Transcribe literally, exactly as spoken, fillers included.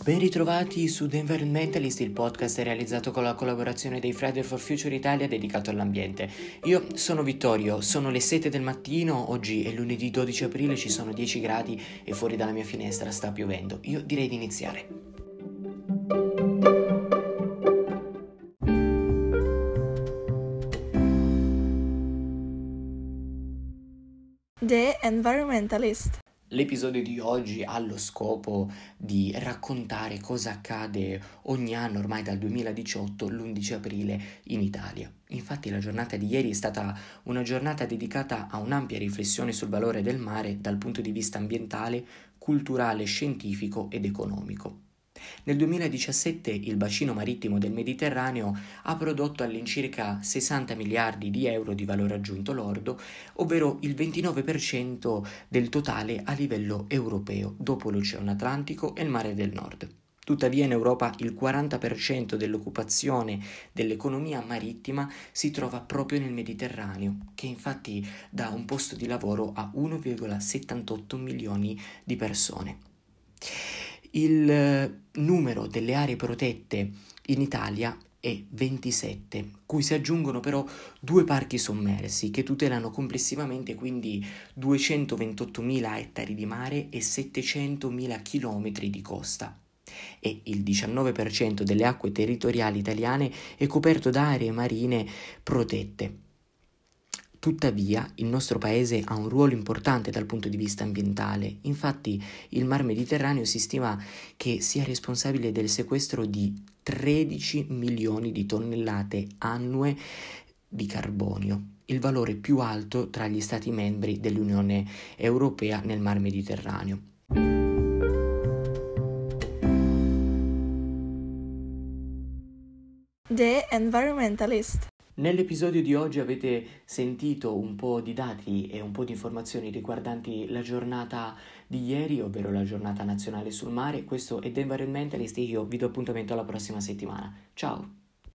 Ben ritrovati su The Environmentalist, il podcast realizzato con la collaborazione dei Friday for Future Italia dedicato all'ambiente. Io sono Vittorio, sono le sette del mattino, oggi è lunedì dodici aprile, ci sono dieci gradi e fuori dalla mia finestra sta piovendo. Io direi di iniziare. The Environmentalist. L'episodio di oggi ha lo scopo di raccontare cosa accade ogni anno ormai dal duemiladiciotto, l'undici aprile in Italia. Infatti la giornata di ieri è stata una giornata dedicata a un'ampia riflessione sul valore del mare dal punto di vista ambientale, culturale, scientifico ed economico. Nel duemiladiciassette il bacino marittimo del Mediterraneo ha prodotto all'incirca sessanta miliardi di euro di valore aggiunto lordo, ovvero il ventinove per cento del totale a livello europeo, dopo l'Oceano Atlantico e il Mare del Nord. Tuttavia in Europa il quaranta per cento dell'occupazione dell'economia marittima si trova proprio nel Mediterraneo, che infatti dà un posto di lavoro a uno virgola settantotto milioni di persone. Il numero delle aree protette in Italia è ventisette, cui si aggiungono però due parchi sommersi che tutelano complessivamente quindi duecentoventottomila ettari di mare e settecentomila chilometri di costa. E il diciannove per cento delle acque territoriali italiane è coperto da aree marine protette. Tuttavia, il nostro paese ha un ruolo importante dal punto di vista ambientale. Infatti, il Mar Mediterraneo si stima che sia responsabile del sequestro di tredici milioni di tonnellate annue di carbonio, il valore più alto tra gli Stati membri dell'Unione Europea nel Mar Mediterraneo. The Environmentalist. Nell'episodio di oggi avete sentito un po' di dati e un po' di informazioni riguardanti la giornata di ieri, ovvero la giornata nazionale sul mare. Questo è The Environmentalist e io vi do appuntamento alla prossima settimana. Ciao!